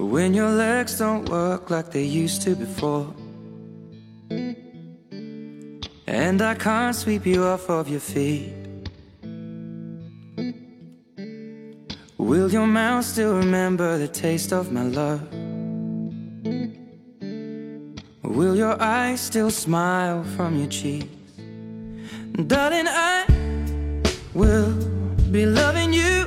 When your legs don't work like they used to before, and I can't sweep you off of your feet, will your mouth still remember the taste of my love? Will your eyes still smile from your cheeks? Darling, I will be loving you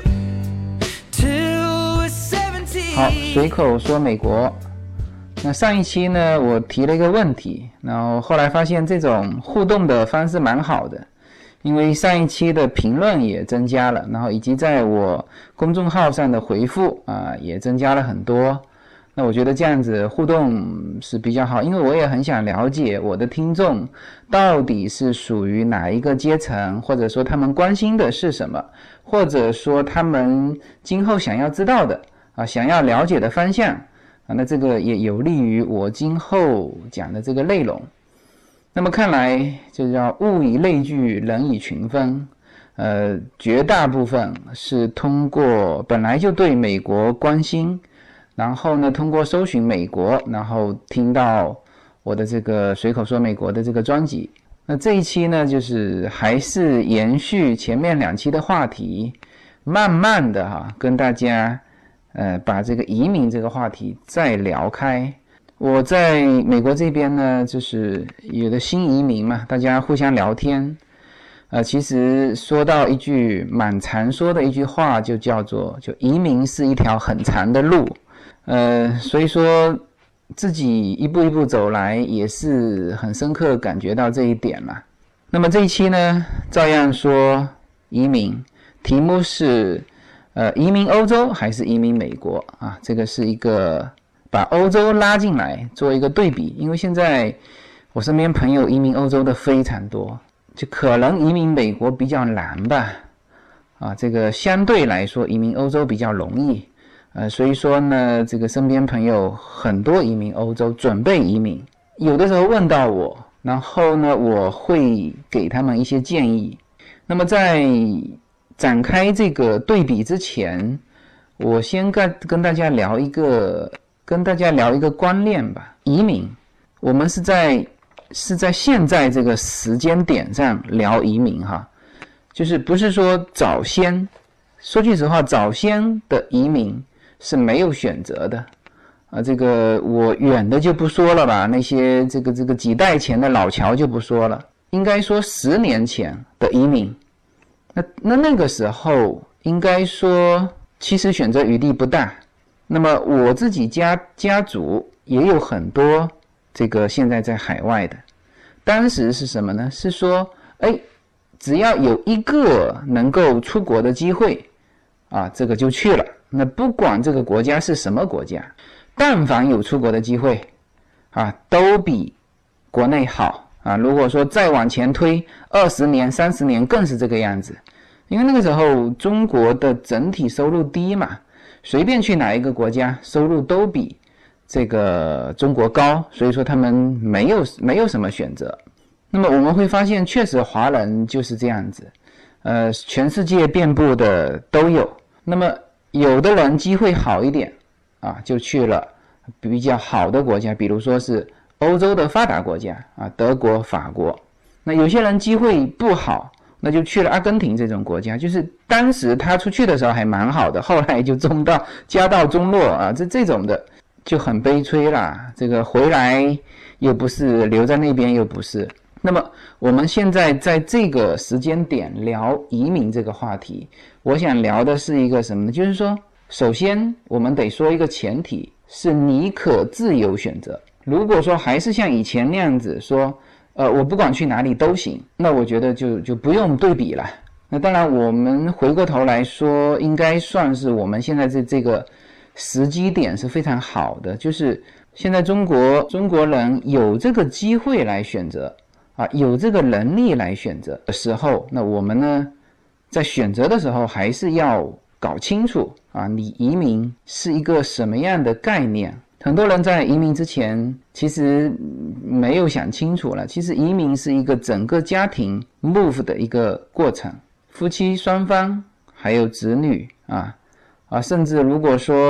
till we're 70. 好，随口说美国。那上一期呢，我提了一个问题，然后后来发现这种互动的方式蛮好的，因为上一期的评论也增加了，然后以及在我公众号上的回复也增加了很多。那我觉得这样子互动是比较好，因为我也很想了解我的听众到底是属于哪一个阶层，或者说他们关心的是什么，或者说他们今后想要知道的想要了解的方向那这个也有利于我今后讲的这个内容。那么看来就叫物以类聚，人以群分，绝大部分是通过本来就对美国关心，然后呢通过搜寻美国，然后听到我的这个随口说美国的这个专辑。那这一期呢就是还是延续前面2期的话题，慢慢的跟大家把这个移民这个话题再聊开。我在美国这边呢，就是有的新移民嘛，大家互相聊天。其实说到一句蛮常说的一句话，就叫做移民是一条很长的路。所以说自己一步一步走来，也是很深刻感觉到这一点啦。那么这一期呢，照样说移民，题目是移民欧洲还是移民美国这个是一个把欧洲拉进来做一个对比，因为现在我身边朋友移民欧洲的非常多，就可能移民美国比较难吧这个相对来说移民欧洲比较容易所以说呢这个身边朋友很多移民欧洲，准备移民，有的时候问到我，然后呢我会给他们一些建议。那么在展开这个对比之前，我先跟大家聊一个观念吧。移民我们是在现在这个时间点上聊移民就是不是说早先，说句实话，早先的移民是没有选择的这个我远的就不说了吧，那些这个几代前的老乔就不说了，应该说10年前的移民，那个时候应该说其实选择余地不大。那么我自己家族也有很多这个现在在海外的，当时是什么呢？是说只要有一个能够出国的机会这个就去了。那不管这个国家是什么国家，但凡有出国的机会都比国内好如果说再往前推20年30年更是这个样子。因为那个时候中国的整体收入低嘛，随便去哪一个国家收入都比这个中国高，所以说他们没有什么选择。那么我们会发现确实华人就是这样子全世界遍布的都有。那么有的人机会好一点就去了比较好的国家，比如说是欧洲的发达国家德国法国。那有些人机会不好，那就去了阿根廷这种国家，就是当时他出去的时候还蛮好的，后来就家道中落这种的就很悲催啦。这个回来又不是，留在那边又不是。那么我们现在在这个时间点聊移民这个话题，我想聊的是一个什么呢？就是说首先我们得说一个前提，是你可自由选择。如果说还是像以前那样子说我不管去哪里都行，那我觉得就不用对比了。那当然我们回过头来说，应该算是我们现在这个时机点是非常好的，就是现在中国人有这个机会来选择有这个能力来选择的时候，那我们呢在选择的时候还是要搞清楚你移民是一个什么样的概念。很多人在移民之前其实没有想清楚了，其实移民是一个整个家庭 move 的一个过程，夫妻双方还有子女甚至如果说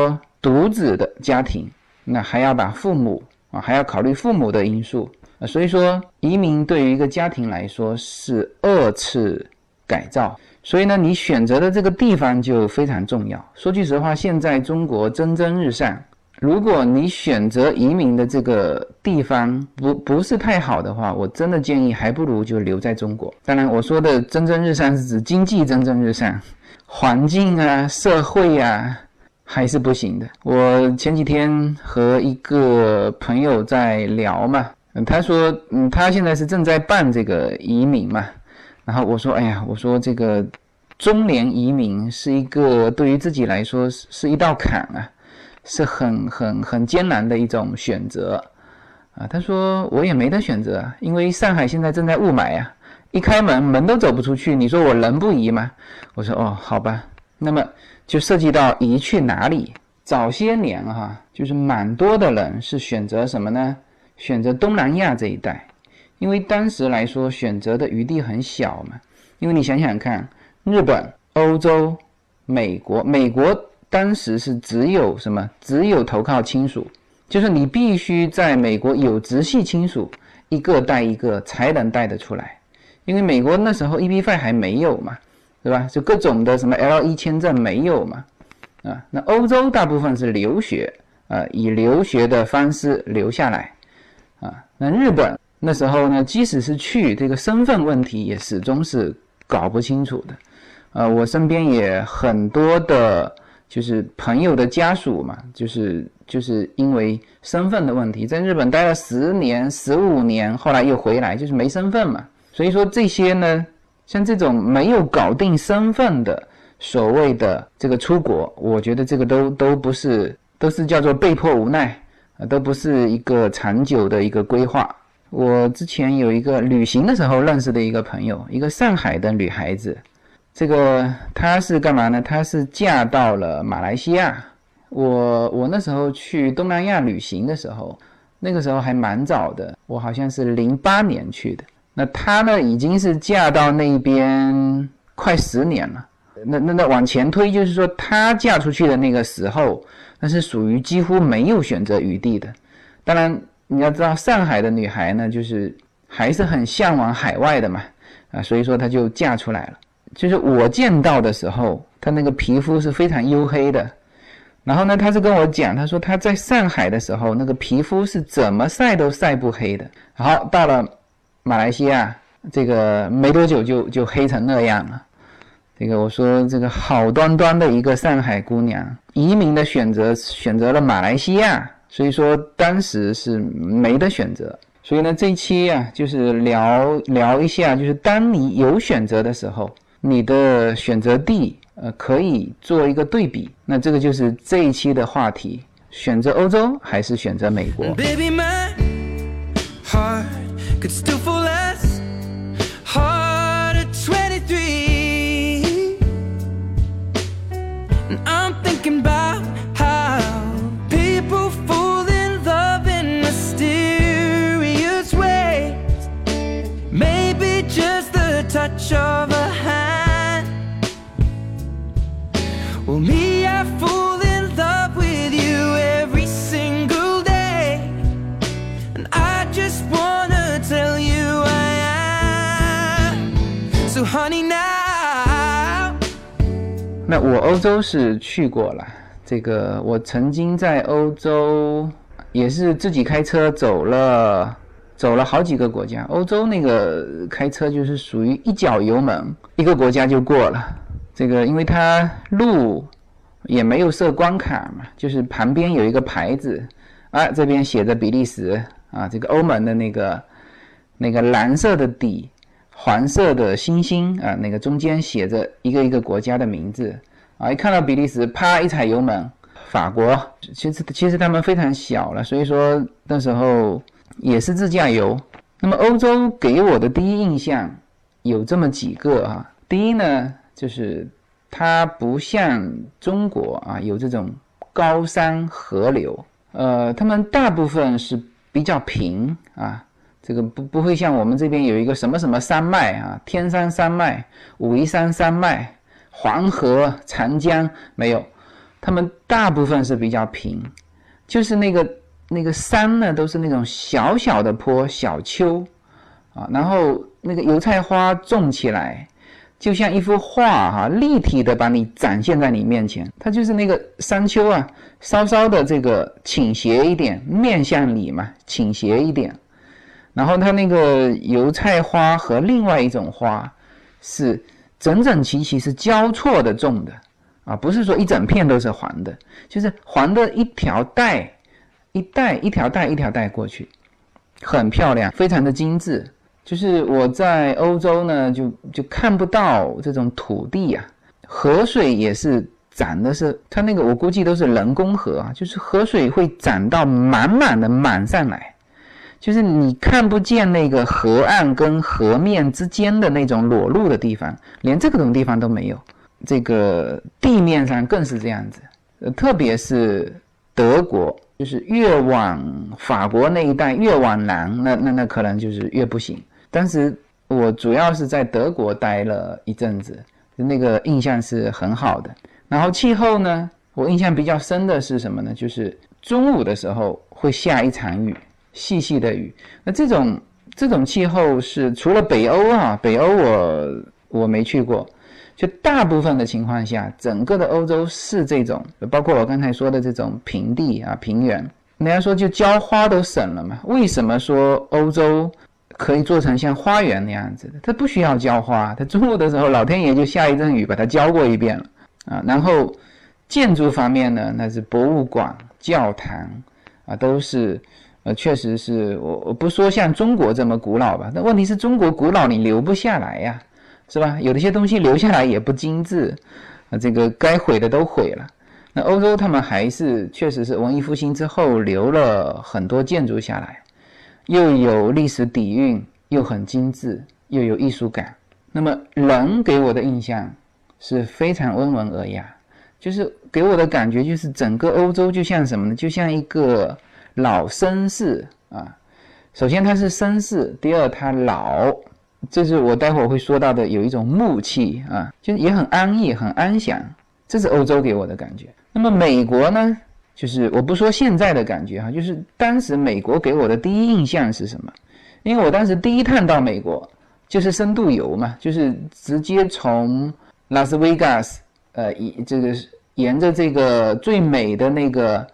独子的家庭，那还要把父母还要考虑父母的因素，所以说移民对于一个家庭来说是2次改造，所以呢你选择的这个地方就非常重要。说句实话，现在中国蒸蒸日上，如果你选择移民的这个地方不是太好的话，我真的建议还不如就留在中国。当然我说的蒸蒸日上是指经济蒸蒸日上，环境啊社会啊还是不行的。我前几天和一个朋友在聊嘛，他说他现在是正在办这个移民嘛，然后我说我说这个中年移民是一个对于自己来说是一道坎啊，是很艰难的一种选择啊。他说我也没得选择，因为上海现在正在雾霾啊，一开门都走不出去，你说我人不移吗？我说好吧。那么就涉及到移去哪里。早些年就是蛮多的人是选择什么呢？选择东南亚这一带，因为当时来说选择的余地很小嘛。因为你想想看，日本、欧洲、美国当时是只有投靠亲属，就是你必须在美国有直系亲属，一个带一个才能带得出来。因为美国那时候 EB5 还没有嘛，对吧？就各种的什么 L1 签证没有嘛，那欧洲大部分是留学，以留学的方式留下来，那日本那时候呢，即使是去，这个身份问题也始终是搞不清楚的。我身边也很多的，就是朋友的家属嘛，就是因为身份的问题，在日本待了10年、15年，后来又回来，就是没身份嘛。所以说这些呢，像这种没有搞定身份的所谓的这个出国，我觉得这个都不是，都是叫做被迫无奈，都不是一个长久的一个规划。我之前有一个旅行的时候认识的一个朋友，一个上海的女孩子，这个她是干嘛呢？她是嫁到了马来西亚。我那时候去东南亚旅行的时候，那个时候还蛮早的，我好像是08年去的。那她呢已经是嫁到那边快10年了。那往前推，就是说她嫁出去的那个时候，那是属于几乎没有选择余地的。当然你要知道，上海的女孩呢就是还是很向往海外的嘛，所以说她就嫁出来了。就是我见到的时候，她那个皮肤是非常黝黑的，然后呢她是跟我讲，她说她在上海的时候那个皮肤是怎么晒都晒不黑的，好，到了马来西亚这个没多久就黑成那样了。这个我说这个好端端的一个上海姑娘，移民的选择了马来西亚，所以说当时是没得选择。所以呢这一期就是聊一下，就是当你有选择的时候，你的选择地可以做一个对比。那这个就是这一期的话题，选择欧洲还是选择美国。 Baby, my heart could still fall as hard at 23. And I'm thinking about how people fall in love in mysterious ways. Maybe just the touch of a hand. Well, me, I fall in love with you every single day. And I just wanna tell you I am. So honey now. 那我欧洲是去过了，这个我曾经在欧洲也是自己开车走了好几个国家。欧洲那个开车就是属于一脚油门一个国家就过了。这个因为它路也没有设关卡嘛，就是旁边有一个牌子这边写着比利时这个欧盟的那个蓝色的底，黄色的星星那个中间写着一个国家的名字一看到比利时，啪一踩油门。法国其实他们非常小了，所以说那时候也是自驾游。那么欧洲给我的第一印象有这么几个第一呢，就是它不像中国有这种高山河流，他们大部分是比较平这个不会像我们这边有一个什么什么山脉天山山脉、武夷山山脉、黄河、长江，没有。 他们大部分是比较平，就是那个山呢都是那种小小的坡小丘啊，然后那个油菜花种起来就像一幅画立体的把你展现在你面前。它就是那个山丘啊，稍稍的这个倾斜一点，面向你嘛，倾斜一点。然后它那个油菜花和另外一种花是整整齐齐是交错的种的啊，不是说一整片都是环的，就是环的一条带一条带过去，很漂亮，非常的精致。就是我在欧洲呢就看不到这种土地啊，河水也是涨的是它那个我估计都是人工河啊，就是河水会涨到满满的满上来，就是你看不见那个河岸跟河面之间的那种裸露的地方，连这种地方都没有。这个地面上更是这样子，特别是德国，就是越往法国那一带越往南，那可能就是越不行。当时我主要是在德国待了一阵子，那个印象是很好的。然后气候呢，我印象比较深的是什么呢？就是中午的时候会下一场雨，细细的雨。那这种气候是除了北欧啊，北欧我没去过，就大部分的情况下，整个的欧洲是这种，包括我刚才说的这种平地啊、平原。人家说就浇花都省了嘛，为什么说欧洲可以做成像花园那样子的？它不需要浇花，它中午的时候老天爷就下一阵雨把它浇过一遍了啊。然后建筑方面呢，那是博物馆、教堂啊，都是确实是我不说像中国这么古老吧，但问题是中国古老你留不下来呀，是吧？有的些东西留下来也不精致啊，这个该毁的都毁了。那欧洲他们还是确实是文艺复兴之后留了很多建筑下来，又有历史底蕴，又很精致，又有艺术感。那么人给我的印象是非常温文尔雅，就是给我的感觉就是整个欧洲就像什么呢？就像一个老绅士啊。首先他是绅士，第二他老，这是我待会儿会说到的，有一种木气啊，就也很安逸，很安详，这是欧洲给我的感觉。那么美国呢，就是我不说现在的感觉哈，就是当时美国给我的第一印象是什么？因为我当时第一趟到美国就是深度游嘛，就是直接从拉斯维加斯这个沿着这个最美的那个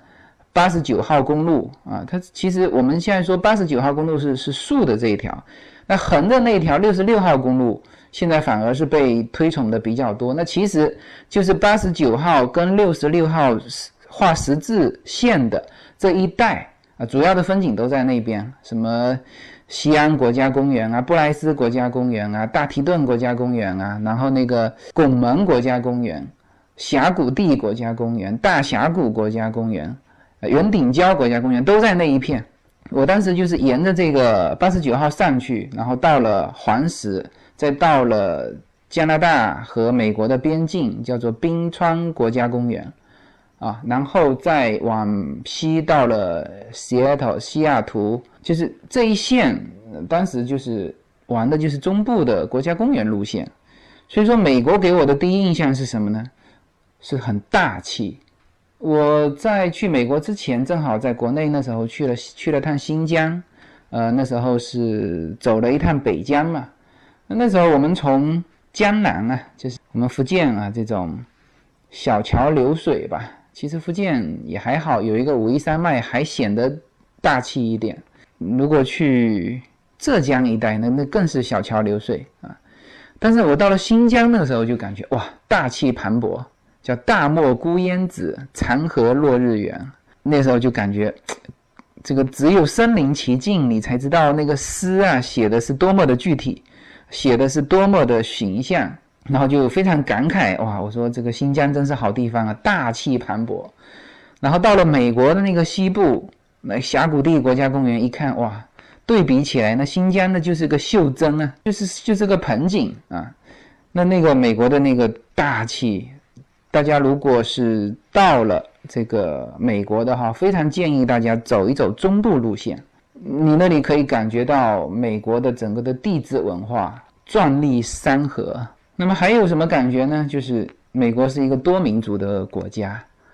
89号公路啊，它其实我们现在说89号公路是竖的这一条，那横的那条66号公路现在反而是被推崇的比较多。那其实就是89号跟66号画十字线的这一带啊，主要的风景都在那边，什么西安国家公园啊、布莱斯国家公园啊、大提顿国家公园啊，然后那个拱门国家公园、峡谷地国家公园、大峡谷国家公园、圆顶礁国家公园都在那一片。我当时就是沿着这个89号上去，然后到了黄石，再到了加拿大和美国的边境，叫做冰川国家公园啊，然后再往西到了西雅图，就是这一线当时就是玩的就是中部的国家公园路线。所以说美国给我的第一印象是什么呢？是很大气。我在去美国之前正好在国内那时候去了趟新疆，那时候是走了一趟北疆嘛。那时候我们从江南啊，就是我们福建啊这种小桥流水吧，其实福建也还好，有一个武夷山脉还显得大气一点。如果去浙江一带那更是小桥流水啊。但是我到了新疆那个时候就感觉哇，大气磅礴，叫大漠孤烟直，长河落日圆。那时候就感觉这个只有身临其境你才知道那个诗啊写的是多么的具体，写的是多么的形象，然后就非常感慨，哇，我说这个新疆真是好地方啊，大气磅礴。然后到了美国的那个西部那峡谷地国家公园一看，哇，对比起来那新疆呢就是个袖珍啊，就是个盆景啊。那个美国的那个大气，大家如果是到了这个美国的话，非常建议大家走一走中部路线。你那里可以感觉到美国的整个的地质文化，壮丽山河。那么还有什么感觉呢？就是美国是一个多民族的国家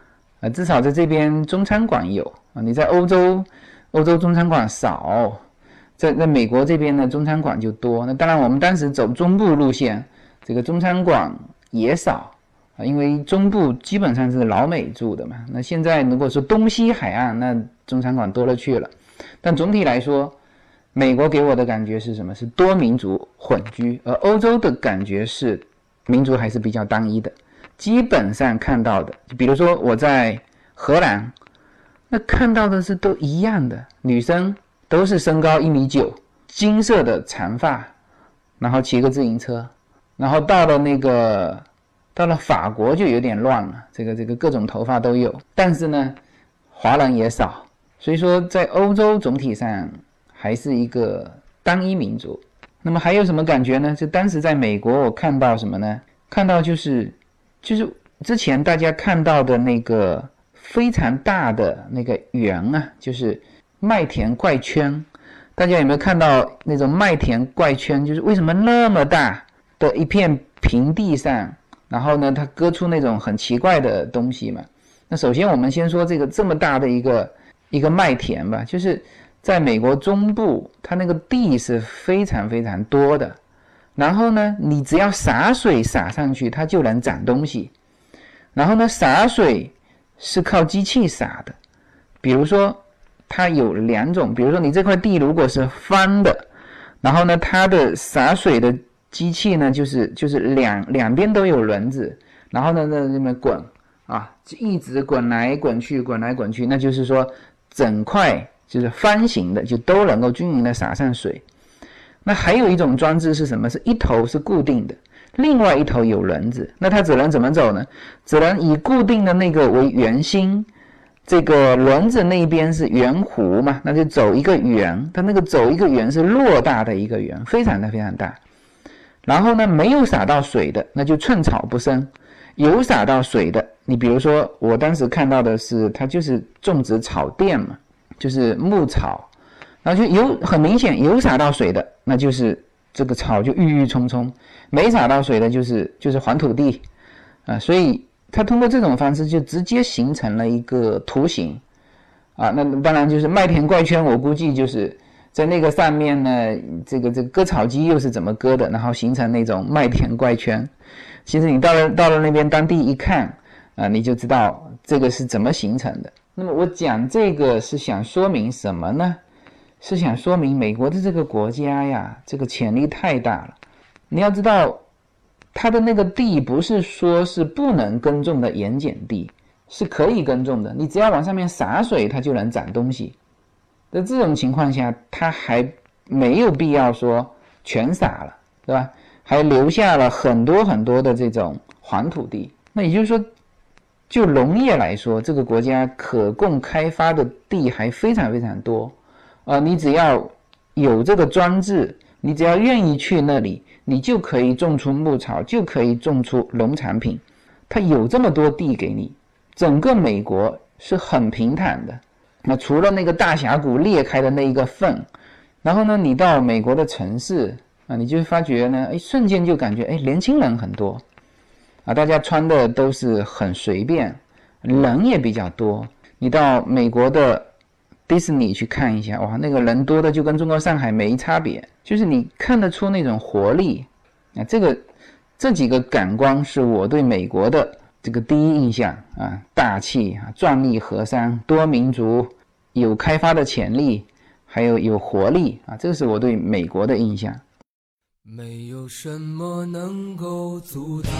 至少在这边中餐馆有啊。你在欧洲中餐馆少，在美国这边呢中餐馆就多。那当然我们当时走中部路线，这个中餐馆也少啊，因为中部基本上是老美住的嘛。那现在如果说东西海岸，那中餐馆多了去了。但总体来说，美国给我的感觉是什么？是多民族混居，而欧洲的感觉是民族还是比较单一的。基本上看到的，比如说我在荷兰，那看到的是都一样的，女生都是身高1.9米，金色的长发，然后骑个自行车。然后到了法国就有点乱了，这个各种头发都有，但是呢华人也少，所以说在欧洲总体上还是一个单一民族。那么还有什么感觉呢？就当时在美国我看到什么呢？看到就是之前大家看到的那个非常大的那个圆啊，就是麦田怪圈。大家有没有看到那种麦田怪圈？就是为什么那么大的一片平地上，然后呢它割出那种很奇怪的东西嘛？那首先我们先说这么大的一个麦田吧，就是在美国中部，它那个地是非常非常多的。然后呢你只要洒水洒上去，它就能长东西。然后呢洒水是靠机器洒的，比如说它有2种，比如说你这块地如果是方的，然后呢它的洒水的机器呢就是两边都有轮子，然后呢在那边滚啊，一直滚来滚去，那就是说整块就是方形的就都能够均匀的洒上水。那还有一种装置是什么？是一头是固定的，另外一头有轮子。那它只能怎么走呢？只能以固定的那个为圆心，这个轮子那边是圆弧嘛，那就走一个圆。它那个走一个圆是偌大的一个圆，非常大。然后呢没有洒到水的，那就寸草不生。有洒到水的，你比如说我当时看到的是它就是种植草甸嘛，就是牧草，然后就很明显有洒到水的，那就是这个草就郁郁葱葱，没洒到水的就是黄土地啊。所以它通过这种方式就直接形成了一个图形啊。那当然就是麦田怪圈，我估计就是在那个上面呢，这个割草机又是怎么割的，然后形成那种麦田怪圈。其实你到了那边当地一看啊，你就知道这个是怎么形成的。那么我讲这个是想说明什么呢？是想说明美国的这个国家呀，这个潜力太大了。你要知道它的那个地不是说是不能耕种的盐碱地，是可以耕种的，你只要往上面洒水它就能长东西。在这种情况下，它还没有必要说全洒了，对吧？还留下了很多的这种黄土地。那也就是说，就农业来说，这个国家可供开发的地还非常多。你只要有这个装置，你只要愿意去那里，你就可以种出牧草，就可以种出农产品。它有这么多地给你，整个美国是很平坦的。那除了那个大峡谷裂开的那一个缝，然后呢，你到美国的城市啊，你就会发觉呢，瞬间就感觉年轻人很多啊，大家穿的都是很随便，人也比较多。你到美国的迪士尼去看一下，哇，那个人多的就跟中国上海没差别，就是你看得出那种活力啊。这几个感官是我对美国的这个第一印象啊，大气啊，壮丽河山，多民族，有开发的潜力，还有活力啊，这是我对美国的印象。 没有什么能够阻挡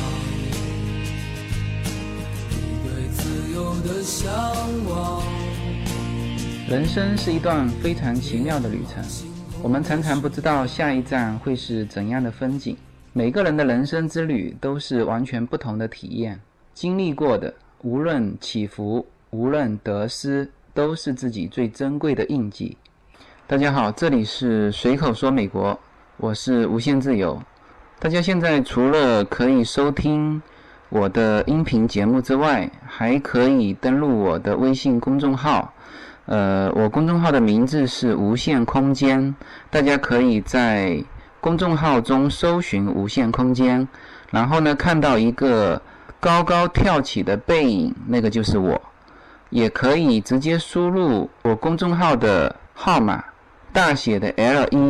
你对自由的向往。 人生是一段非常奇妙的旅程，我们常常不知道下一站会是怎样的风景。每个人的人生之旅都是完全不同的体验，经历过的无论起伏，无论得失，都是自己最珍贵的印记。大家好，这里是随口说美国，我是无限自由。大家现在除了可以收听我的音频节目之外，还可以登录我的微信公众号。我公众号的名字是无限空间，大家可以在公众号中搜寻无限空间，然后呢看到一个高高跳起的背影，那个就是我。 也可以直接输入我公众号的号码，大写的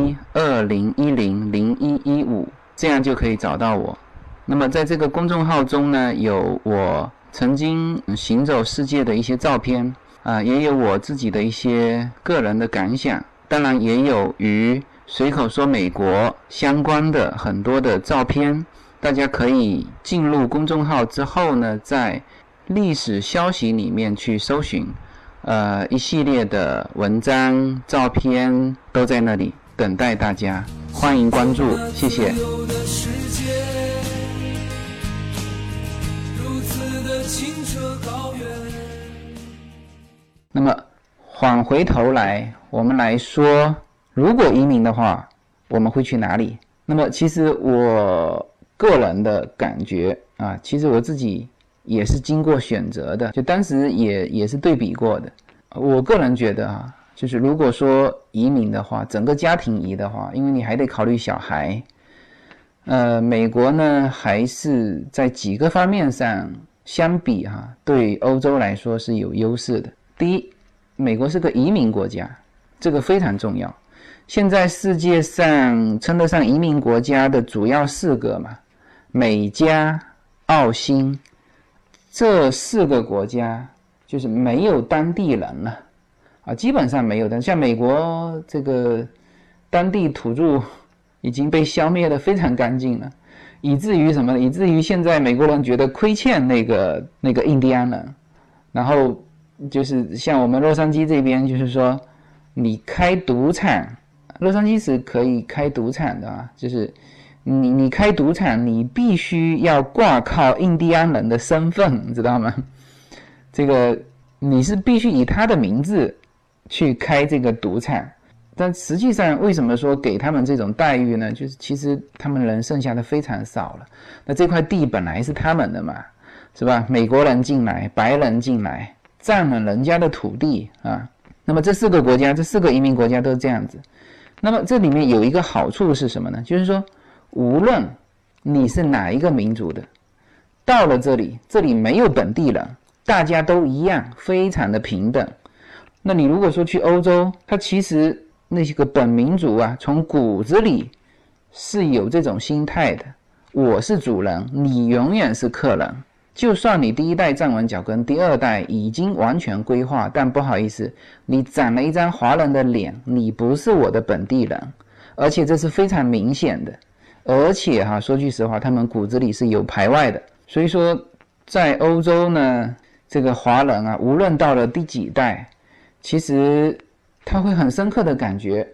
L120100115，这样就可以找到我。那么在这个公众号中呢，有我曾经行走世界的一些照片也有我自己的一些个人的感想，当然也有与随口说美国相关的很多的照片。大家可以进入公众号之后呢，在历史消息里面去搜寻一系列的文章照片都在那里等待大家，欢迎关注，谢谢。那么缓回头来，我们来说，如果移民的话，我们会去哪里？那么其实我个人的感觉其实我自己也是经过选择的，就当时也是对比过的。我个人觉得就是如果说移民的话，整个家庭移的话，因为你还得考虑小孩，美国呢还是在几个方面上相比对欧洲来说是有优势的。第一，美国是个移民国家，这个非常重要。现在世界上称得上移民国家的主要4个嘛，美加、澳新，这4个国家就是没有当地人了基本上没有的。像美国这个当地土著已经被消灭得非常干净了，以至于什么？以至于现在美国人觉得亏欠那个印第安人。然后就是像我们洛杉矶这边，就是说你开赌场，洛杉矶是可以开赌场的就是你开赌场，你必须要挂靠印第安人的身份，你知道吗？这个你是必须以他的名字去开这个赌场。但实际上为什么说给他们这种待遇呢？就是其实他们人剩下的非常少了，那这块地本来是他们的嘛，是吧？美国人进来，白人进来，占了人家的土地那么这4个国家，这4个移民国家都是这样子。那么这里面有一个好处是什么呢？就是说无论你是哪一个民族的，到了这里没有本地人，大家都一样，非常的平等。那你如果说去欧洲，它其实那些个本民族从骨子里是有这种心态的，我是主人，你永远是客人。就算你第1代站稳脚跟，第2代已经完全规划，但不好意思，你长了一张华人的脸，你不是我的本地人，而且这是非常明显的。而且说句实话，他们骨子里是有排外的。所以说在欧洲呢，这个华人无论到了第几代，其实他会很深刻的感觉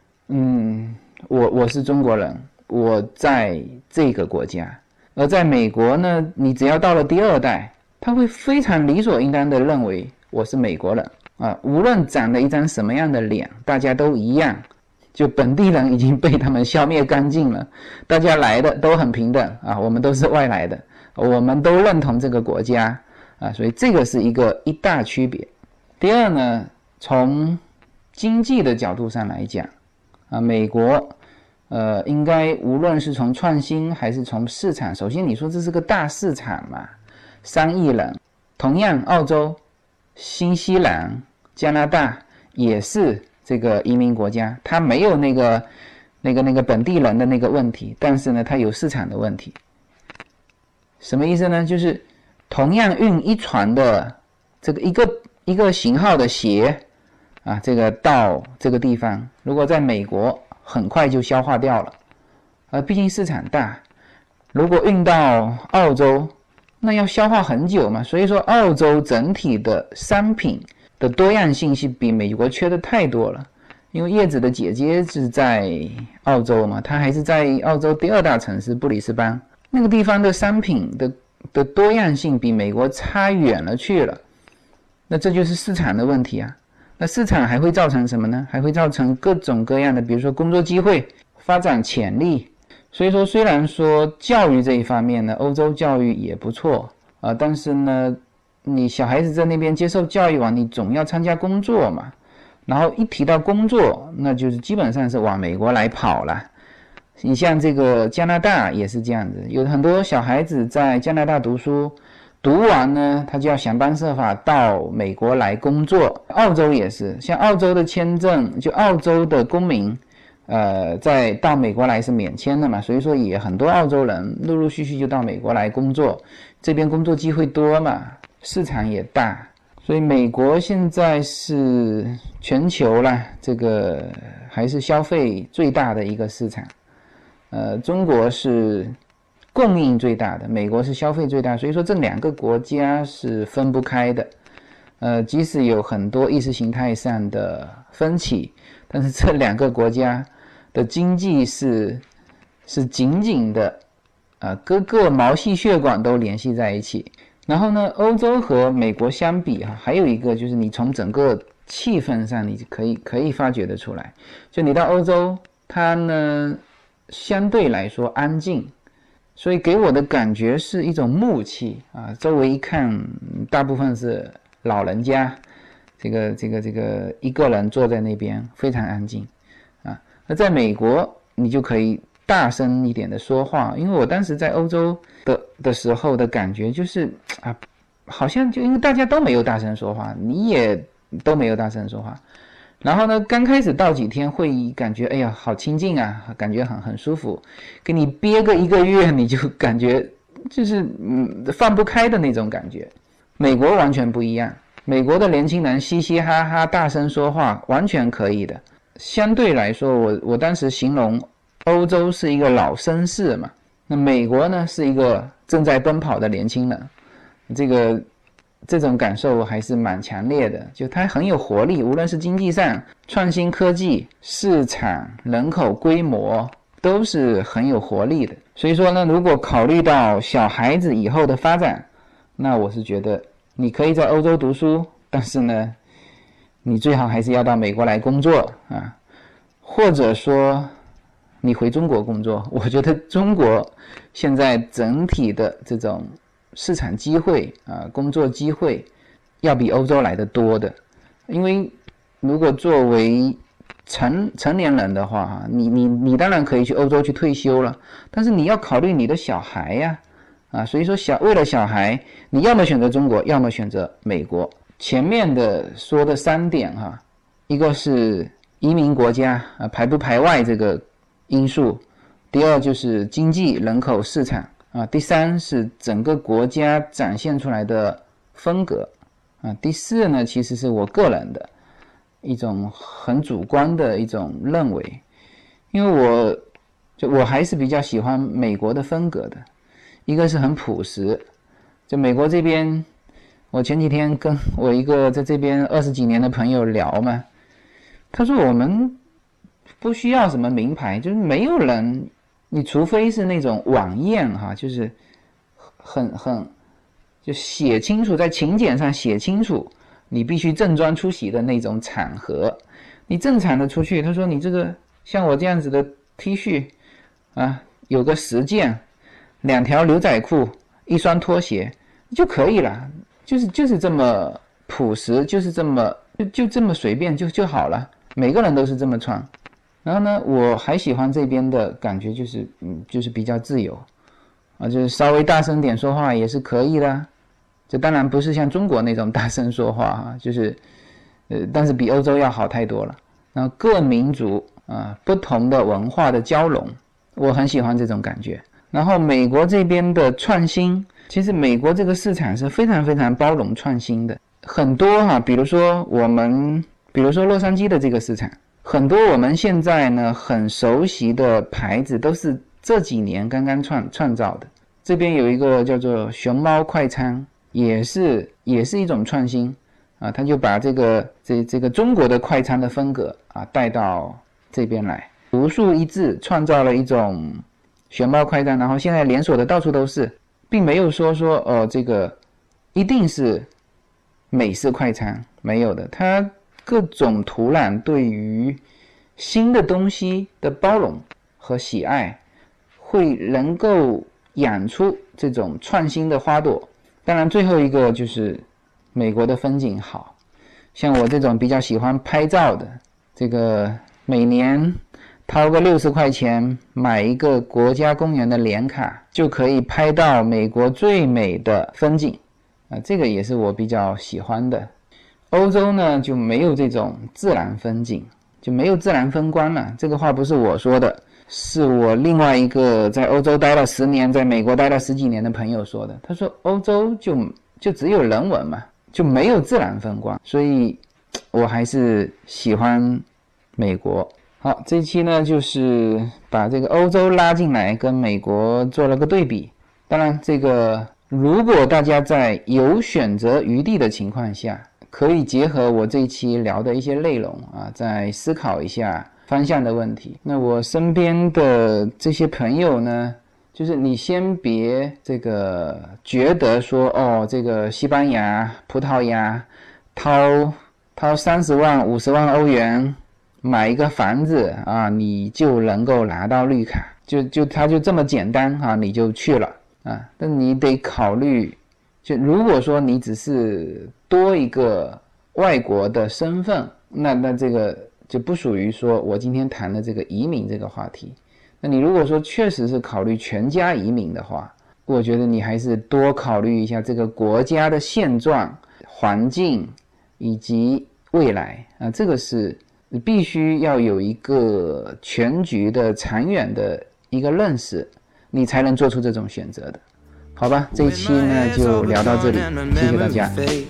我是中国人，我在这个国家。而在美国呢，你只要到了第2代，他会非常理所应当的认为我是美国人无论长了一张什么样的脸，大家都一样，就本地人已经被他们消灭干净了，大家来的都很平等我们都是外来的，我们都认同这个国家所以这个是一大区别。第二呢，从经济的角度上来讲美国应该无论是从创新还是从市场，首先你说这是个大市场嘛，3亿人。同样澳洲、新西兰、加拿大也是这个移民国家，它没有那个本地人的那个问题，但是呢它有市场的问题。什么意思呢？就是同样运一船的这个一个型号的鞋这个到这个地方，如果在美国很快就消化掉了毕竟市场大。如果运到澳洲，那要消化很久嘛，所以说澳洲整体的商品的多样性是比美国缺的太多了。因为叶子的姐姐是在澳洲嘛，她还是在澳洲第2大城市布里斯班，那个地方的商品的多样性比美国差远了去了。那这就是市场的问题那市场还会造成什么呢？还会造成各种各样的，比如说工作机会、发展潜力。所以说虽然说教育这一方面呢，欧洲教育也不错但是呢你小孩子在那边接受教育你总要参加工作嘛，然后一提到工作，那就是基本上是往美国来跑了。你像这个加拿大也是这样子，有很多小孩子在加拿大读书， 读完呢，他就要想方设法到美国来工作。澳洲也是，像澳洲的签证，就澳洲的公民，在到美国来是免签的嘛，所以说也很多澳洲人陆陆续续就到美国来工作，这边工作机会多嘛，市场也大，所以美国现在是全球啦，这个还是消费最大的一个市场。中国是供应最大的，美国是消费最大，所以说这两个国家是分不开的。即使有很多意识形态上的分歧，但是这两个国家的经济是紧紧的，各个毛细血管都联系在一起。然后呢，欧洲和美国相比还有一个就是你从整个气氛上你可以发觉得出来，就你到欧洲，它呢相对来说安静，所以给我的感觉是一种木气啊。周围一看，大部分是老人家，这个一个人坐在那边，非常安静啊。那在美国，你就可以大声一点的说话，因为我当时在欧洲的时候的感觉就是啊，好像就因为大家都没有大声说话，你也都没有大声说话。然后呢，刚开始到几天会议，感觉哎呀好亲近啊，感觉很舒服。给你憋个1个月，你就感觉就是放不开的那种感觉。美国完全不一样，美国的年轻人嘻嘻哈哈大声说话完全可以的。相对来说，我当时形容欧洲是一个老绅士嘛，那美国呢是一个正在奔跑的年轻人。这种感受还是蛮强烈的，就它很有活力，无论是经济上、创新科技、市场、人口规模都是很有活力的。所以说呢，如果考虑到小孩子以后的发展，那我是觉得你可以在欧洲读书，但是呢，你最好还是要到美国来工作啊，或者说你回中国工作。我觉得中国现在整体的这种市场机会工作机会要比欧洲来的多的。因为如果作为成年人的话，你当然可以去欧洲去退休了，但是你要考虑你的小孩呀，所以说为了小孩，你要么选择中国，要么选择美国。前面的说的3点一个是移民国家排不排外这个因素，第二就是经济、人口、市场第三是整个国家展现出来的风格第四呢，其实是我个人的一种很主观的一种认为，因为我还是比较喜欢美国的风格的。一个是很朴实，就美国这边，我前几天跟我一个在这边20几年的朋友聊嘛，他说我们不需要什么名牌，就是没有人，你除非是那种晚宴就是就写清楚，在请柬上写清楚你必须正装出席的那种场合，你正常的出去，他说你这个像我这样子的 T 恤有个10件，2条牛仔裤，1双拖鞋就可以了，就是这么朴实，就是这么就这么随便就好了，每个人都是这么穿。然后呢，我还喜欢这边的感觉，就是比较自由就是稍微大声点说话也是可以的，这当然不是像中国那种大声说话就是但是比欧洲要好太多了。然后各民族不同的文化的交融，我很喜欢这种感觉。然后美国这边的创新，其实美国这个市场是非常非常包容创新的，很多比如说洛杉矶的这个市场，很多我们现在呢很熟悉的牌子都是这几年刚刚创造的。这边有一个叫做熊猫快餐，也是一种创新他就把这个中国的快餐的风格带到这边来，独树一帜，创造了一种熊猫快餐，然后现在连锁的到处都是，并没有说这个一定是美式快餐，没有的，它各种土壤对于新的东西的包容和喜爱，会能够养出这种创新的花朵。当然最后一个就是美国的风景好，像我这种比较喜欢拍照的，这个每年掏个60块钱买一个国家公园的年卡，就可以拍到美国最美的风景这个也是我比较喜欢的。欧洲呢就没有这种自然风景，就没有自然风光了。这个话不是我说的，是我另外一个在欧洲待了10年，在美国待了10几年的朋友说的。他说欧洲就只有人文嘛，就没有自然风光，所以我还是喜欢美国。好，这一期呢就是把这个欧洲拉进来跟美国做了个对比。当然这个如果大家在有选择余地的情况下，可以结合我这一期聊的一些内容再思考一下方向的问题。那我身边的这些朋友呢，就是你先别这个觉得说这个西班牙、葡萄牙掏30万、50万欧元买一个房子你就能够拿到绿卡，它就这么简单你就去了但你得考虑，就如果说你只是多一个外国的身份，那这个就不属于说我今天谈的这个移民这个话题。那你如果说确实是考虑全家移民的话，我觉得你还是多考虑一下这个国家的现状、环境以及未来这个是必须要有一个全局的长远的一个认识，你才能做出这种选择的。好吧，这一期呢就聊到这里，谢谢大家。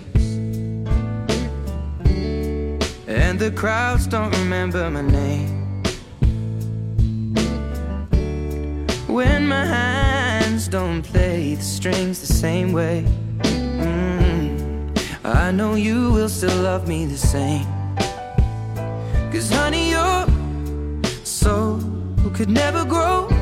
And the crowds don't remember my name. When my hands don't play the strings the same way, I know you will still love me the same. 'Cause honey, your soul could never grow